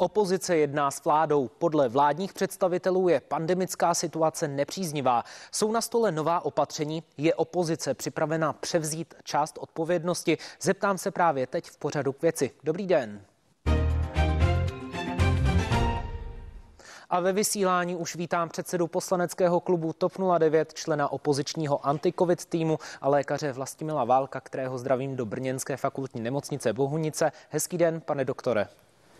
Opozice jedná s vládou. Podle vládních představitelů je pandemická situace nepříznivá. Jsou na stole nová opatření. Je opozice připravena převzít část odpovědnosti? Zeptám se právě teď v pořadu K věci. Dobrý den. A ve vysílání už vítám předsedu poslaneckého klubu TOP 09, člena opozičního anti-covid týmu a lékaře Vlastimila Válka, kterého zdravím do brněnské fakultní nemocnice Bohunice. Hezký den, pane doktore.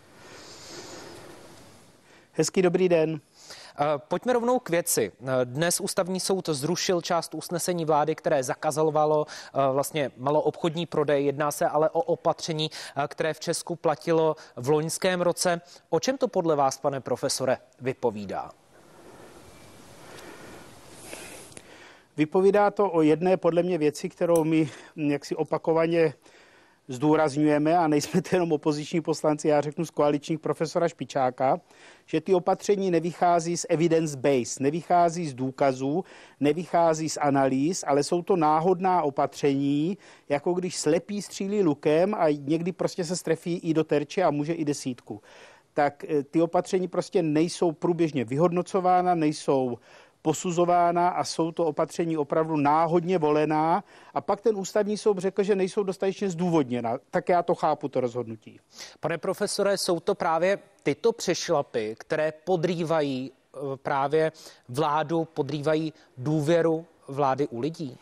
Hezký dobrý den. Pojďme rovnou k věci. Dnes ústavní soud zrušil část usnesení vlády, které zakazovalo vlastně maloobchodní prodej. Jedná se ale o opatření, které v Česku platilo v loňském roce. O čem to podle vás, pane profesore, vypovídá? Vypovídá to o jedné podle mě věci, kterou my jaksi opakovaně zdůrazňujeme, a nejsme to jenom opoziční poslanci, já řeknu z koaličních, profesora Špičáka, že ty opatření nevychází z evidence base, nevychází z důkazů, nevychází z analýz, ale jsou to náhodná opatření, jako když slepý střílí lukem a někdy prostě se strefí i do terče a může i desítku. Tak ty opatření prostě nejsou průběžně vyhodnocována, nejsou posuzována a jsou to opatření opravdu náhodně volená. A pak ten ústavní soud řekl, že nejsou dostatečně zdůvodněna. Tak já to chápu, to rozhodnutí. Pane profesore, jsou to právě tyto přešlapy, které podrývají právě vládu, podrývají důvěru vlády u lidí?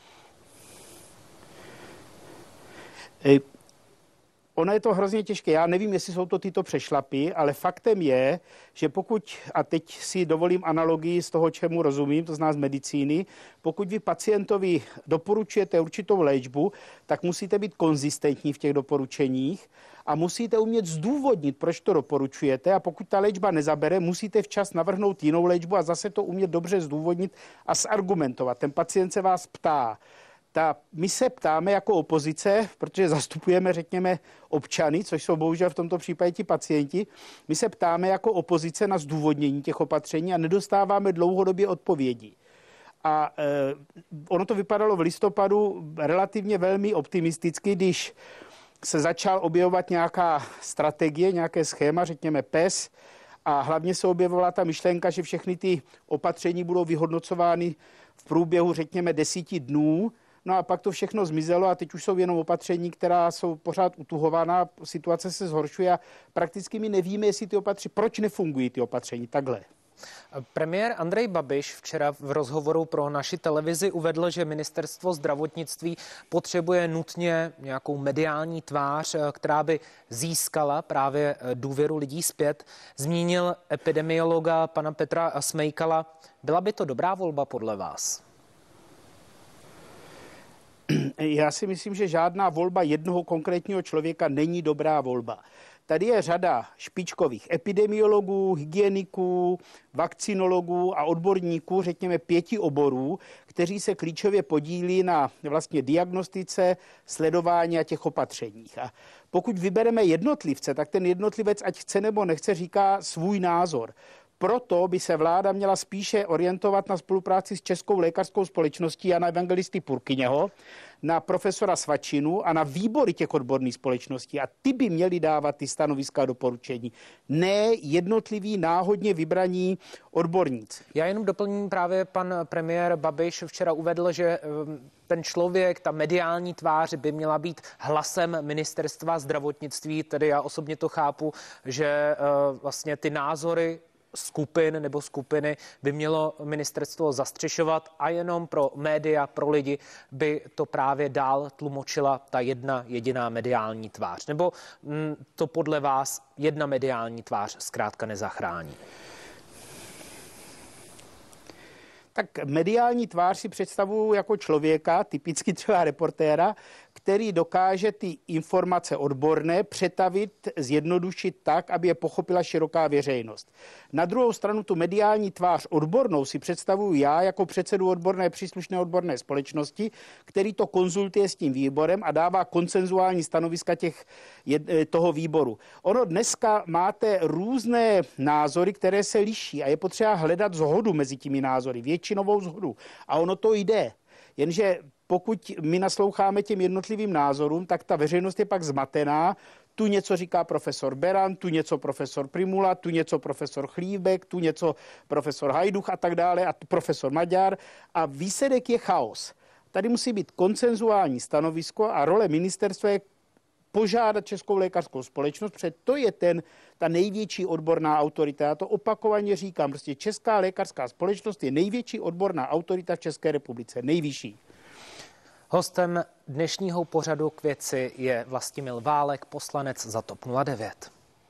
Ono je to hrozně těžké. Já nevím, jestli jsou to tyto přešlapy, ale faktem je, že pokud, a teď si dovolím analogii z toho, čemu rozumím, to znamená z medicíny, pokud vy pacientovi doporučujete určitou léčbu, tak musíte být konzistentní v těch doporučeních a musíte umět zdůvodnit, proč to doporučujete, a pokud ta léčba nezabere, musíte včas navrhnout jinou léčbu a zase to umět dobře zdůvodnit a zargumentovat. Ten pacient se vás ptá. My se ptáme jako opozice, protože zastupujeme, řekněme, občany, což jsou bohužel v tomto případě ti pacienti, my se ptáme jako opozice na zdůvodnění těch opatření a nedostáváme dlouhodobě odpovědi. A ono to vypadalo v listopadu relativně velmi optimisticky, když se začal objevovat nějaká strategie, nějaké schéma, řekněme PES, a hlavně se objevovala ta myšlenka, že všechny ty opatření budou vyhodnocovány v průběhu, řekněme, 10 dnů. No a pak to všechno zmizelo a teď už jsou jenom opatření, která jsou pořád utuhovaná, situace se zhoršuje a prakticky my nevíme, jestli ty opatření, proč nefungují ty opatření takhle. Premiér Andrej Babiš včera v rozhovoru pro naši televizi uvedl, že ministerstvo zdravotnictví potřebuje nutně nějakou mediální tvář, která by získala právě důvěru lidí zpět. Zmínil epidemiologa pana Petra Smejkala. Byla by to dobrá volba podle vás? Já si myslím, že žádná volba jednoho konkrétního člověka není dobrá volba. Tady je řada špičkových epidemiologů, hygieniků, vakcinologů a odborníků, řekněme 5 oborů, kteří se klíčově podílí na vlastně diagnostice, sledování a těch opatřeních. A pokud vybereme jednotlivce, tak ten jednotlivec, ať chce nebo nechce, říká svůj názor. Proto by se vláda měla spíše orientovat na spolupráci s Českou lékařskou společností a na evangelisty Purkyněho, na profesora Svačinu a na výbory těch odborných společností. A ty by měli dávat ty stanoviska a doporučení. Ne jednotliví náhodně vybraní odborníci. Já jenom doplním, právě pan premiér Babiš včera uvedl, že ten člověk, ta mediální tvář by měla být hlasem ministerstva zdravotnictví. Tedy já osobně to chápu, že vlastně ty názory skupin nebo skupiny by mělo ministerstvo zastřešovat a jenom pro média, pro lidi by to právě dál tlumočila ta jedna jediná mediální tvář. Nebo to podle vás jedna mediální tvář zkrátka nezachrání? Tak mediální tvář si představuju jako člověka, typicky třeba reportéra, který dokáže ty informace odborné přetavit, zjednodušit tak, aby je pochopila široká veřejnost. Na druhou stranu tu mediální tvář odbornou si představuju já jako předsedu příslušné odborné společnosti, který to konzultuje s tím výborem a dává konsenzuální stanoviska toho výboru. Ono dneska máte různé názory, které se liší a je potřeba hledat shodu mezi těmi názory, většinovou shodu. A ono to jde. Jenže pokud my nasloucháme těm jednotlivým názorům, tak ta veřejnost je pak zmatená, Tu něco říká profesor Beran, tu něco profesor Primula, tu něco profesor Chlívek, tu něco profesor Hajduch a tak dále a profesor Maďar a výsledek je chaos. Tady musí být konsenzuální stanovisko a role ministerstva je požádat Českou lékařskou společnost, protože to je ta největší odborná autorita. Já to opakovaně říkám, prostě Česká lékařská společnost je největší odborná autorita v České republice, nejvyšší. Hostem dnešního pořadu K věci je Vlastimil Válek, poslanec za TOP 09.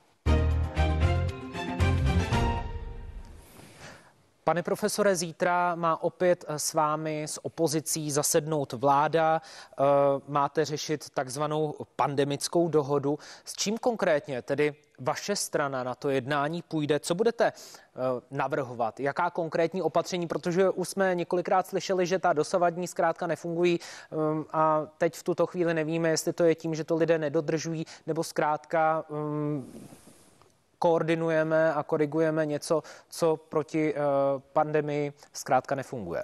Pane profesore, zítra má opět s vámi, s opozicí zasednout vláda. Máte řešit takzvanou pandemickou dohodu. S čím konkrétně tedy vaše strana na to jednání půjde? Co budete navrhovat? Jaká konkrétní opatření? Protože už jsme několikrát slyšeli, že ta dosavadní zkrátka nefungují a teď v tuto chvíli nevíme, jestli to je tím, že to lidé nedodržují, nebo zkrátka koordinujeme a korigujeme něco, co proti pandemii zkrátka nefunguje.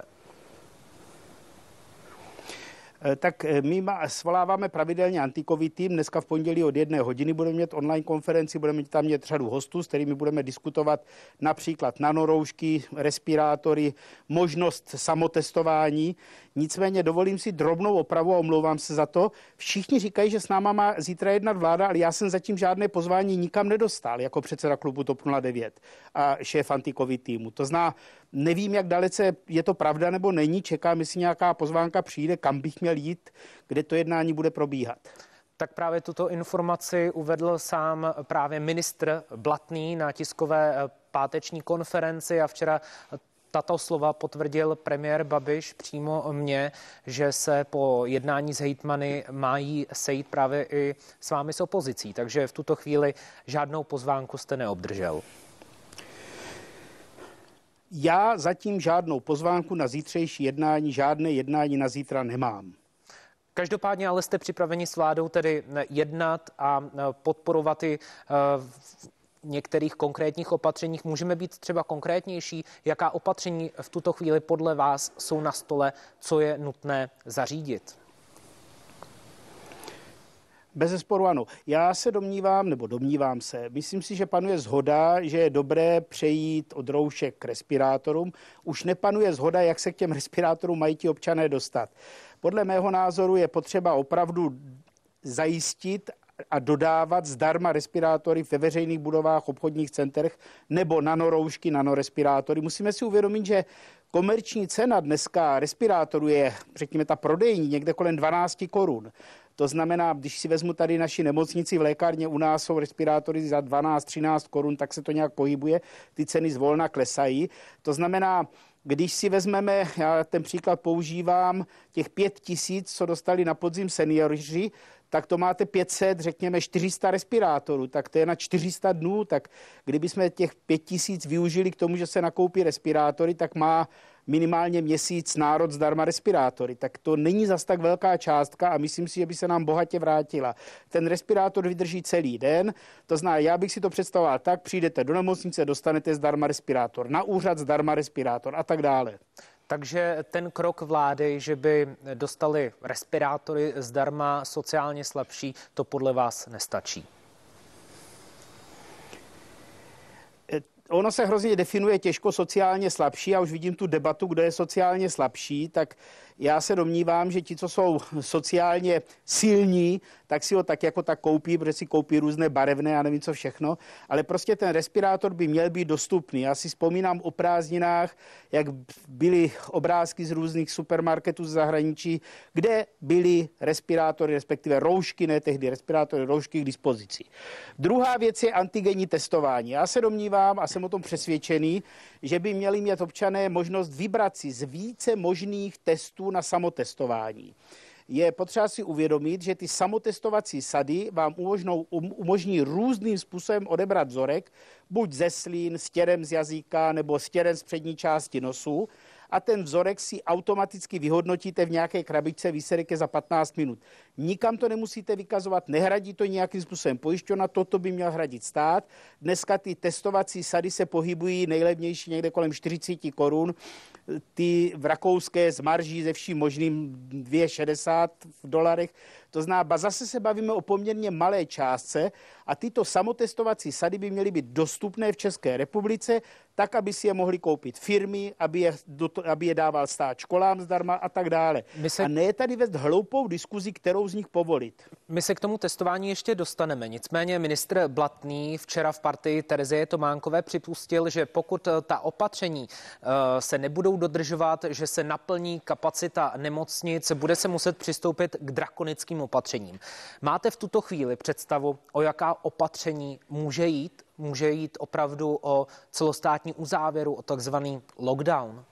Tak my svoláváme pravidelně anti-covid tým. Dneska v pondělí od 1 hodiny budeme mít online konferenci, budeme tam mít řadu hostů, s kterými budeme diskutovat například nanoroušky, respirátory, možnost samotestování. Nicméně dovolím si drobnou opravu a omlouvám se za to. Všichni říkají, že s náma má zítra jednat vláda, ale já jsem zatím žádné pozvání nikam nedostal jako předseda klubu TOP 09 a šéf anti-covid týmu. To znamená, nevím, jak dalece je to pravda nebo není. Čekám, jestli nějaká pozvánka přijde, kam bych měl jít, kde to jednání bude probíhat. Tak právě tuto informaci uvedl sám právě ministr Blatný na tiskové páteční konferenci a včera tato slova potvrdil premiér Babiš přímo mně, že se po jednání s hejtmany mají sejít právě i s vámi s opozicí. Takže v tuto chvíli žádnou pozvánku jste neobdržel. Já zatím žádnou pozvánku na zítřejší jednání, žádné jednání na zítra nemám. Každopádně ale jste připraveni s vládou tedy jednat a podporovat i v některých konkrétních opatřeních. Můžeme být třeba konkrétnější, jaká opatření v tuto chvíli podle vás jsou na stole, co je nutné zařídit? Bezesporu ano. Já se domnívám se, myslím si, že panuje shoda, že je dobré přejít od roušek k respirátorům. Už nepanuje shoda, jak se k těm respirátorům mají ti občané dostat. Podle mého názoru je potřeba opravdu zajistit a dodávat zdarma respirátory ve veřejných budovách, obchodních centrech nebo nanoroušky, nanorespirátory. Musíme si uvědomit, že komerční cena dneska respirátoru je, řekněme, ta prodejní někde kolem 12 korun. To znamená, když si vezmu tady naši nemocnici v lékárně, u nás jsou respirátory za 12-13 korun, tak se to nějak pohybuje, ty ceny zvolna klesají. To znamená, když si vezmeme, já ten příklad používám, těch 5 000, co dostali na podzim seniori, tak to máte 500, řekněme 400 respirátorů, tak to je na 400 dnů, tak kdybychom těch 5 000 využili k tomu, že se nakoupí respirátory, tak má minimálně měsíc národ zdarma respirátory. Tak to není zas tak velká částka a myslím si, že by se nám bohatě vrátila. Ten respirátor vydrží celý den, to znamená, já bych si to představoval tak, přijdete do nemocnice, dostanete zdarma respirátor, na úřad zdarma respirátor a tak dále. Takže ten krok vlády, že by dostali respirátory zdarma sociálně slabší, to podle vás nestačí? Ono se hrozně definuje těžko sociálně slabší. Já už vidím tu debatu, kdo je sociálně slabší, tak já se domnívám, že ti, co jsou sociálně silní, tak si ho tak jako tak koupí, protože si koupí různé barevné a nevím co všechno, ale prostě ten respirátor by měl být dostupný. Já si vzpomínám o prázdninách, jak byly obrázky z různých supermarketů z zahraničí, kde byly respirátory, respektive roušky, ne tehdy respirátory, roušky k dispozici. Druhá věc je antigenní testování. Já se domnívám a jsem o tom přesvědčený, že by měli mít občané možnost vybrat si z více možných testů na samotestování. Je potřeba si uvědomit, že ty samotestovací sady vám umožní různým způsobem odebrat vzorek, buď ze slin, stěrem z jazyka nebo stěrem z přední části nosu. a ten vzorek si automaticky vyhodnotíte v nějaké krabičce, výsledek je za 15 minut. Nikam to nemusíte vykazovat, nehradí to nějakým způsobem pojišťovna, toto by měl hradit stát. Dneska ty testovací sady se pohybují nejlevnější někde kolem 40 korun, ty v rakouské s marží ze vším možným 2,60 v dolarech. To znamená, zase se bavíme o poměrně malé částce a tyto samotestovací sady by měly být dostupné v České republice, tak, aby si je mohly koupit firmy, aby je dával stát školám zdarma a tak dále. A ne je tady vést hloupou diskuzi, kterou z nich povolit. My se k tomu testování ještě dostaneme. Nicméně ministr Blatný včera v partii Terezie Tománkové připustil, že pokud ta opatření se nebudou dodržovat, že se naplní kapacita nemocnic, bude se muset přistoupit k drakonickým opatřením. Máte v tuto chvíli představu, o jaká opatření může jít? Může jít opravdu o celostátní uzávěru, o takzvaný lockdown?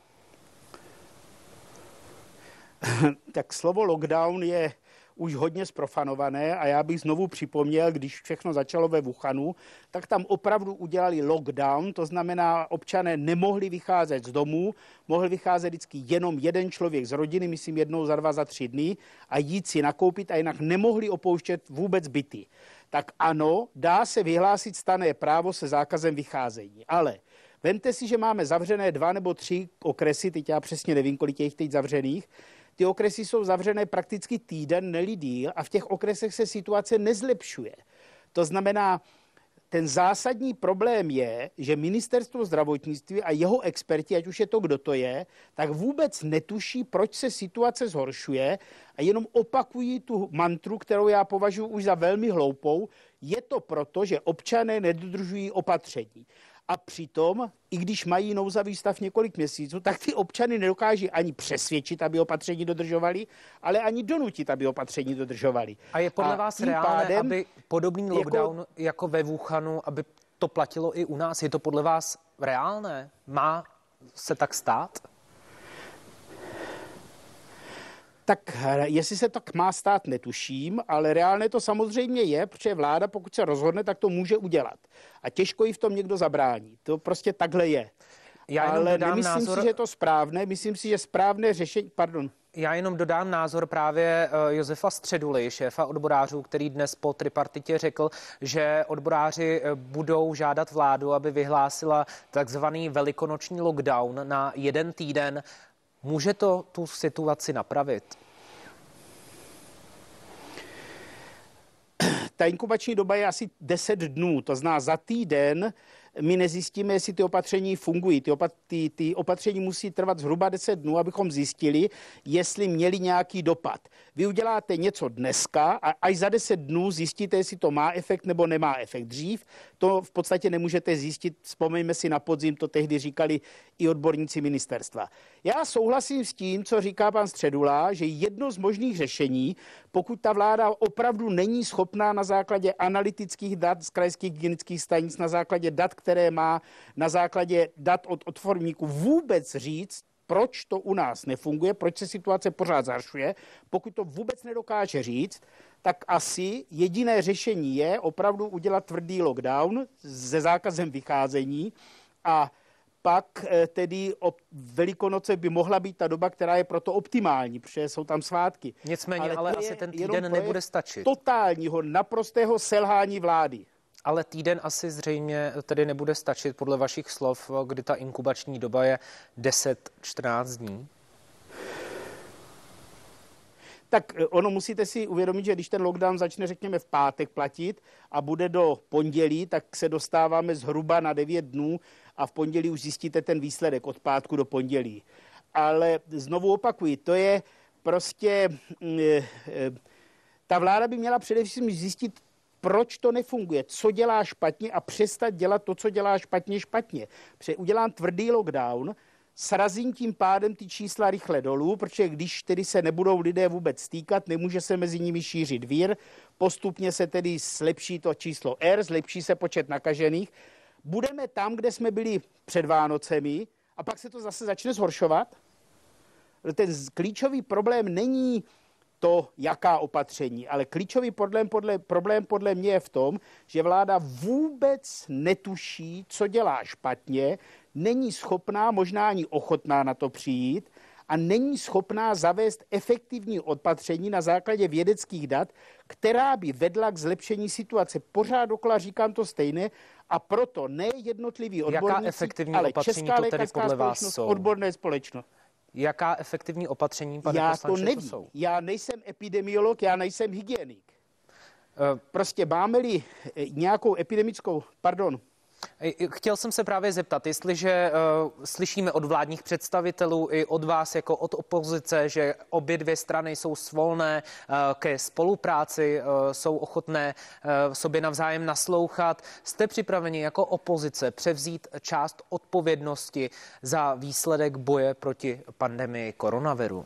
Tak slovo lockdown je už hodně zprofanované a já bych znovu připomněl, když všechno začalo ve Wuhanu, tak tam opravdu udělali lockdown, to znamená, občané nemohli vycházet z domů, mohl vycházet vždycky jenom jeden člověk z rodiny, myslím jednou za 2, za 3 dny a jít si nakoupit a jinak nemohli opouštět vůbec byty. Tak ano, dá se vyhlásit stanné právo se zákazem vycházení, ale vemte si, že máme zavřené 2 nebo 3 okresy, teď já přesně nevím, kolik je jich teď zavřených. Ty okresy jsou zavřené prakticky týden, ne-li díl, a v těch okresech se situace nezlepšuje. To znamená, ten zásadní problém je, že ministerstvo zdravotnictví a jeho experti, ať už je to kdo to je, tak vůbec netuší, proč se situace zhoršuje a jenom opakují tu mantru, kterou já považuji už za velmi hloupou. Je to proto, že občané nedodržují opatření. A přitom, i když mají nouzavý stav několik měsíců, tak ty občany nedokáží ani přesvědčit, aby opatření dodržovali, ale ani donutit, aby opatření dodržovali. A je podle vás reálné, aby podobný lockdown jako ve Wuhanu, aby to platilo i u nás? Je to podle vás reálné? Má se tak stát? Tak jestli se tak má stát, netuším, ale reálné to samozřejmě je, protože vláda, pokud se rozhodne, tak to může udělat. A těžko jí v tom někdo zabrání. To prostě takhle je. Ale nemyslím si, že je to správné. Myslím si, že správné řešení... Já jenom dodám názor právě Josefa Středuly, šéfa odborářů, který dnes po tripartitě řekl, že odboráři budou žádat vládu, aby vyhlásila takzvaný velikonoční lockdown na 1 týden. Může to tu situaci napravit? Ta inkubační doba je asi 10 dnů, to znamená za týden my nezjistíme, jestli ty opatření fungují. Ty opatření musí trvat zhruba 10 dnů, abychom zjistili, jestli měli nějaký dopad. Vy uděláte něco dneska a až za 10 dnů zjistíte, jestli to má efekt nebo nemá efekt. Dřív to v podstatě nemůžete zjistit. Vzpomeňme si na podzim, to tehdy říkali i odborníci ministerstva. Já souhlasím s tím, co říká pan Středula, že jedno z možných řešení, pokud ta vláda opravdu není schopná na základě analytických dat z krajských hygienických stanic, na základě dat, které má, na základě dat od odborníků vůbec říct, proč to u nás nefunguje, proč se situace pořád zhoršuje. Pokud to vůbec nedokáže říct, tak asi jediné řešení je opravdu udělat tvrdý lockdown se zákazem vycházení a pak tedy Velikonoce by mohla být ta doba, která je proto optimální, protože jsou tam svátky. Nicméně, ale asi ten týden nebude stačit. Totálního, naprostého selhání vlády. Ale týden asi zřejmě tedy nebude stačit podle vašich slov, kdy ta inkubační doba je 10-14 dní. Tak ono musíte si uvědomit, že když ten lockdown začne, řekněme, v pátek platit a bude do pondělí, tak se dostáváme zhruba na 9 dnů a v pondělí už zjistíte ten výsledek od pátku do pondělí. Ale znovu opakuji, to je prostě... Ta vláda by měla především zjistit, proč to nefunguje, co dělá špatně a přestat dělat to, co dělá špatně. Protože udělám tvrdý lockdown, srazím tím pádem ty čísla rychle dolů, protože když tedy se nebudou lidé vůbec stýkat, nemůže se mezi nimi šířit vír, postupně se tedy zlepší to číslo R, zlepší se počet nakažených. Budeme tam, kde jsme byli před Vánocemi a pak se to zase začne zhoršovat. Ten klíčový problém není to, jaká opatření, ale klíčový problém podle mě je v tom, že vláda vůbec netuší, co dělá špatně, není schopná, možná ani ochotná na to přijít a není schopná zavést efektivní opatření na základě vědeckých dat, která by vedla k zlepšení situace. Pořád dokola říkám to stejné a proto ne jednotliví odborníci, ale Česká lékařská společnost, odborné společnost. Jaká efektivní opatření, pane poslanče, to nevím. jsou? Já nejsem epidemiolog, já nejsem hygienik. Prostě máme-li nějakou epidemickou, Chtěl jsem se právě zeptat, jestliže slyšíme od vládních představitelů i od vás jako od opozice, že obě dvě strany jsou svolné ke spolupráci, jsou ochotné sobě navzájem naslouchat, jste připraveni jako opozice převzít část odpovědnosti za výsledek boje proti pandemii koronaviru?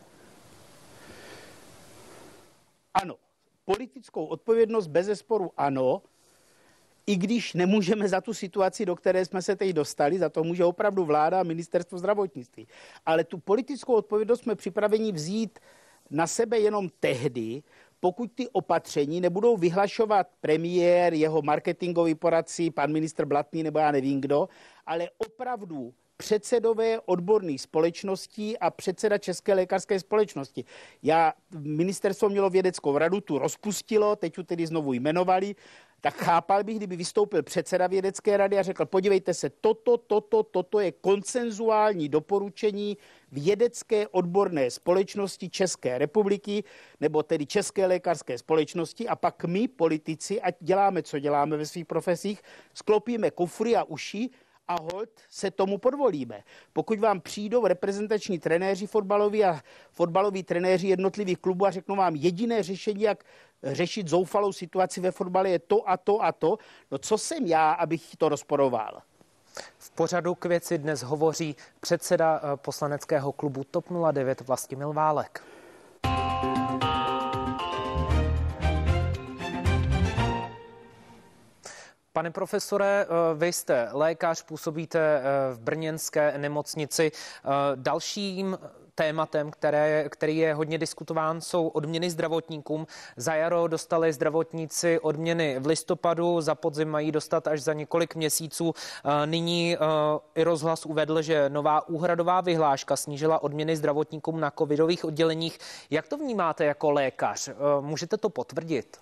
Ano, politickou odpovědnost bezesporu ano, i když nemůžeme za tu situaci, do které jsme se teď dostali, za to může opravdu vláda a ministerstvo zdravotnictví. Ale tu politickou odpovědnost jsme připraveni vzít na sebe jenom tehdy, pokud ty opatření nebudou vyhlašovat premiér, jeho marketingový poradci, pan ministr Blatný nebo já nevím kdo, ale opravdu předsedové odborných společností a předseda České lékařské společnosti. Ministerstvo mělo vědeckou radu, tu rozpustilo, teď ju tedy znovu jmenovali, tak chápal bych, kdyby vystoupil předseda vědecké rady a řekl, podívejte se, toto je konsenzuální doporučení vědecké odborné společnosti České republiky, nebo tedy České lékařské společnosti a pak my, politici, ať děláme, co děláme ve svých profesích, sklopíme kufry a uši a holt se tomu podvolíme. Pokud vám přijdou reprezentační trenéři fotbaloví trenéři jednotlivých klubů a řeknou vám jediné řešení, jak řešit zoufalou situaci ve fotbale je to a to a to, no co jsem já, abych to rozporoval? V pořadu K věci dnes hovoří předseda poslaneckého klubu TOP 09 Vlastimil Válek. Pane profesore, vy jste lékař, působíte v brněnské nemocnici. Dalším tématem, který je hodně diskutován, jsou odměny zdravotníkům. Za jaro dostali zdravotníci odměny v listopadu, za podzim mají dostat až za několik měsíců. Nyní i rozhlas uvedl, že nová úhradová vyhláška snížila odměny zdravotníkům na covidových odděleních. Jak to vnímáte jako lékař? Můžete to potvrdit?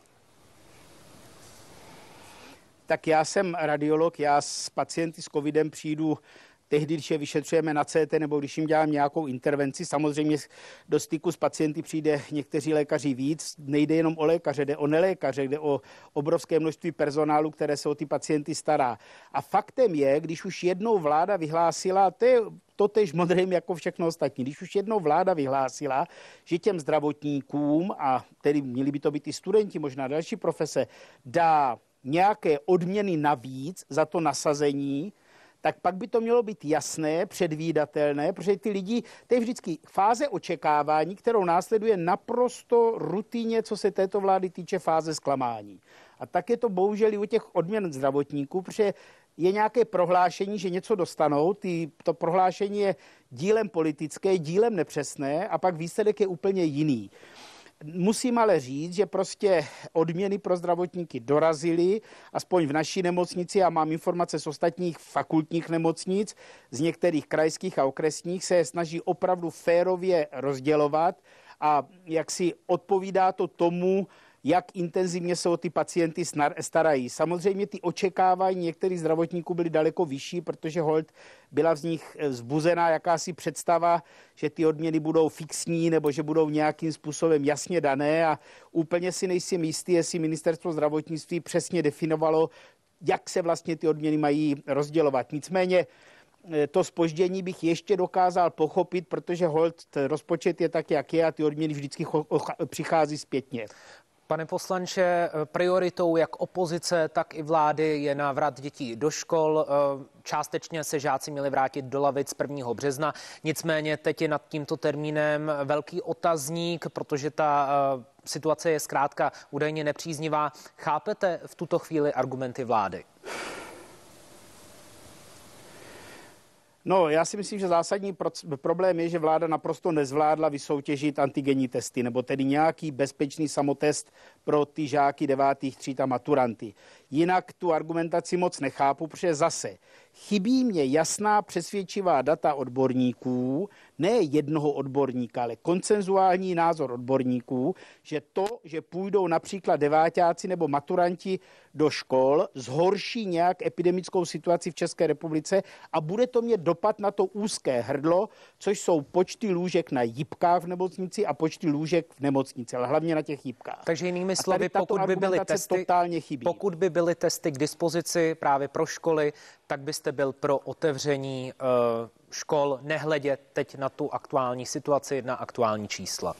Tak já jsem radiolog, já s pacienty s covidem přijdu tehdy, když je vyšetřujeme na CT nebo když jim dělám nějakou intervenci. Samozřejmě do styku s pacienty přijde někteří lékaři víc. Nejde jenom o lékaře, jde o nelékaře, jde o obrovské množství personálu, které se o ty pacienty stará. A faktem je, když už jednou vláda vyhlásila, to je totéž modrým jako všechno ostatní, když už jednou vláda vyhlásila, že těm zdravotníkům, a tedy měli by to být i studenti, možná další profese, dá nějaké odměny navíc za to nasazení, tak pak by to mělo být jasné, předvídatelné, protože ty lidi, to je vždycky fáze očekávání, kterou následuje naprosto rutině, co se této vlády týče fáze zklamání. A tak je to bohužel i u těch odměn zdravotníků, protože je nějaké prohlášení, že něco dostanou, to prohlášení je dílem politické, dílem nepřesné a pak výsledek je úplně jiný. Musím ale říct, že prostě odměny pro zdravotníky dorazily, aspoň v naší nemocnici, já mám informace z ostatních fakultních nemocnic, z některých krajských a okresních, se snaží opravdu férově rozdělovat a jak si odpovídá to tomu, jak intenzivně se o ty pacienty starají. Samozřejmě ty očekávání některých zdravotníků byly daleko vyšší, protože holt byla z nich vzbuzená jakási představa, že ty odměny budou fixní nebo že budou nějakým způsobem jasně dané a úplně si nejsem jistý, jestli ministerstvo zdravotnictví přesně definovalo, jak se vlastně ty odměny mají rozdělovat. Nicméně to zpoždění bych ještě dokázal pochopit, protože holt rozpočet je tak, jak je a ty odměny vždycky přichází zpětně. Pane poslanče, prioritou jak opozice, tak i vlády je návrat dětí do škol. Částečně se žáci měli vrátit do lavic 1. března. Nicméně teď je nad tímto termínem velký otazník, protože ta situace je zkrátka údajně nepříznivá. Chápete v tuto chvíli argumenty vlády? No, já si myslím, že zásadní problém je, že vláda naprosto nezvládla vysoutěžit antigenní testy, nebo tedy nějaký bezpečný samotest pro ty žáky 9. tříd a maturanty. Jinak tu argumentaci moc nechápu, protože zase Chybí mě jasná přesvědčivá data odborníků, ne jednoho odborníka, ale konsenzuální názor odborníků, že to, že půjdou například deváťáci nebo maturanti do škol, zhorší nějak epidemickou situaci v České republice a bude to mít dopad na to úzké hrdlo, což jsou počty lůžek na jipkách v nemocnici a počty lůžek v nemocnici, ale hlavně na těch jipkách. Takže jinými slovy, pokud by byly testy k dispozici právě pro školy, tak byste byl pro otevření škol, nehledě teď na tu aktuální situaci, na aktuální čísla.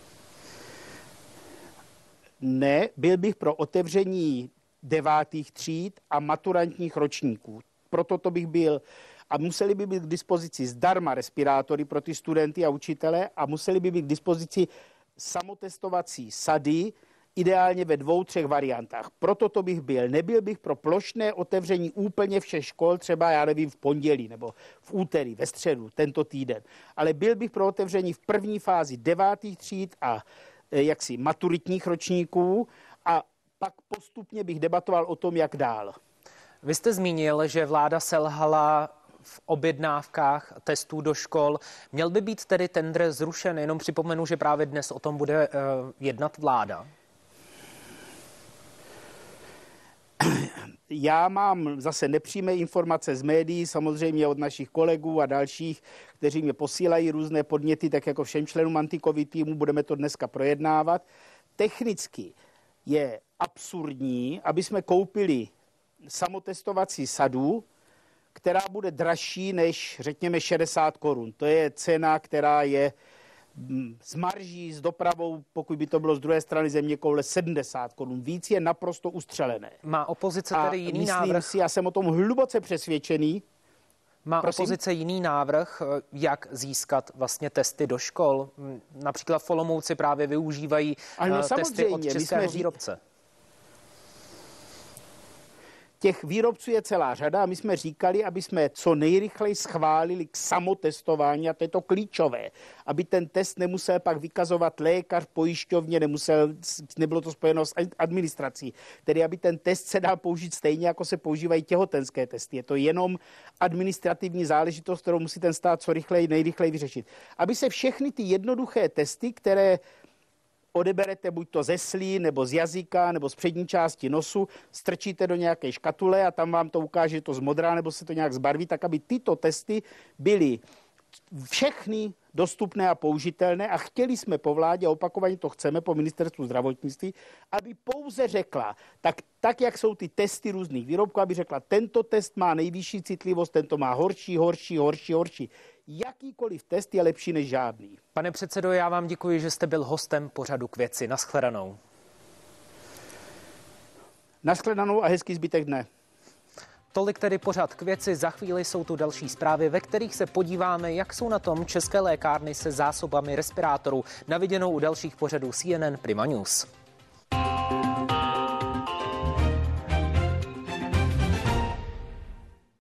Ne, byl bych pro otevření 9. tříd a maturantních ročníků. Proto to bych byl. A museli by být k dispozici zdarma respirátory pro ty studenty a učitele a museli by být k dispozici samotestovací sady, ideálně ve 2-3 variantách. Proto to bych byl. Nebyl bych pro plošné otevření úplně všech škol, třeba, já nevím, v pondělí nebo v úterý, ve středu, tento týden. Ale byl bych pro otevření v první fázi 9. tříd a maturitních ročníků a pak postupně bych debatoval o tom, jak dál. Vy jste zmínil, že vláda selhala v objednávkách testů do škol. Měl by být tedy tendr zrušen? Jenom připomenu, že právě dnes o tom bude jednat vláda. Já mám zase nepřímé informace z médií, samozřejmě od našich kolegů a dalších, kteří mě posílají různé podněty, tak jako všem členům anti-covid týmu budeme to dneska projednávat. Technicky je absurdní, aby jsme koupili samotestovací sadu, která bude dražší než, řekněme, 60 korun. To je cena, která je s marží, s dopravou, pokud by to bylo z druhé strany zeměkoule, 70 korun. Víc je naprosto ustřelené. Má opozice tedy jiný návrh? Myslím si, já jsem o tom hluboce přesvědčený. Má opozice jiný návrh, jak získat vlastně testy do škol? Například v Olomouci právě využívají testy od českého výrobce. Těch výrobců je celá řada a my jsme říkali, aby jsme co nejrychleji schválili k samotestování, a to je to klíčové, aby ten test nemusel pak vykazovat lékař, pojišťovně, nebylo to spojeno s administrací, tedy aby ten test se dal použít stejně, jako se používají těhotenské testy. Je to jenom administrativní záležitost, kterou musí ten stát co nejrychleji vyřešit. Aby se všechny ty jednoduché testy, které odeberete buď to ze slí, nebo z jazyka, nebo z přední části nosu, strčíte do nějaké škatule a tam vám to ukáže, že to zmodrá, nebo se to nějak zbarví, tak aby tyto testy byly všechny dostupné a použitelné a chtěli jsme po vládě, opakovaně to chceme po ministerstvu zdravotnictví, aby pouze řekla, tak jak jsou ty testy různých výrobků, aby řekla, tento test má nejvyšší citlivost, tento má horší. Jakýkoliv test je lepší než žádný. Pane předsedo, já vám děkuji, že jste byl hostem pořadu K věci. Naschledanou. Naschledanou a hezký zbytek dne. Tolik tedy pořad K věci. Za chvíli jsou tu další zprávy, ve kterých se podíváme, jak jsou na tom české lékárny se zásobami respirátorů. Na viděnou u dalších pořadů CNN Prima News.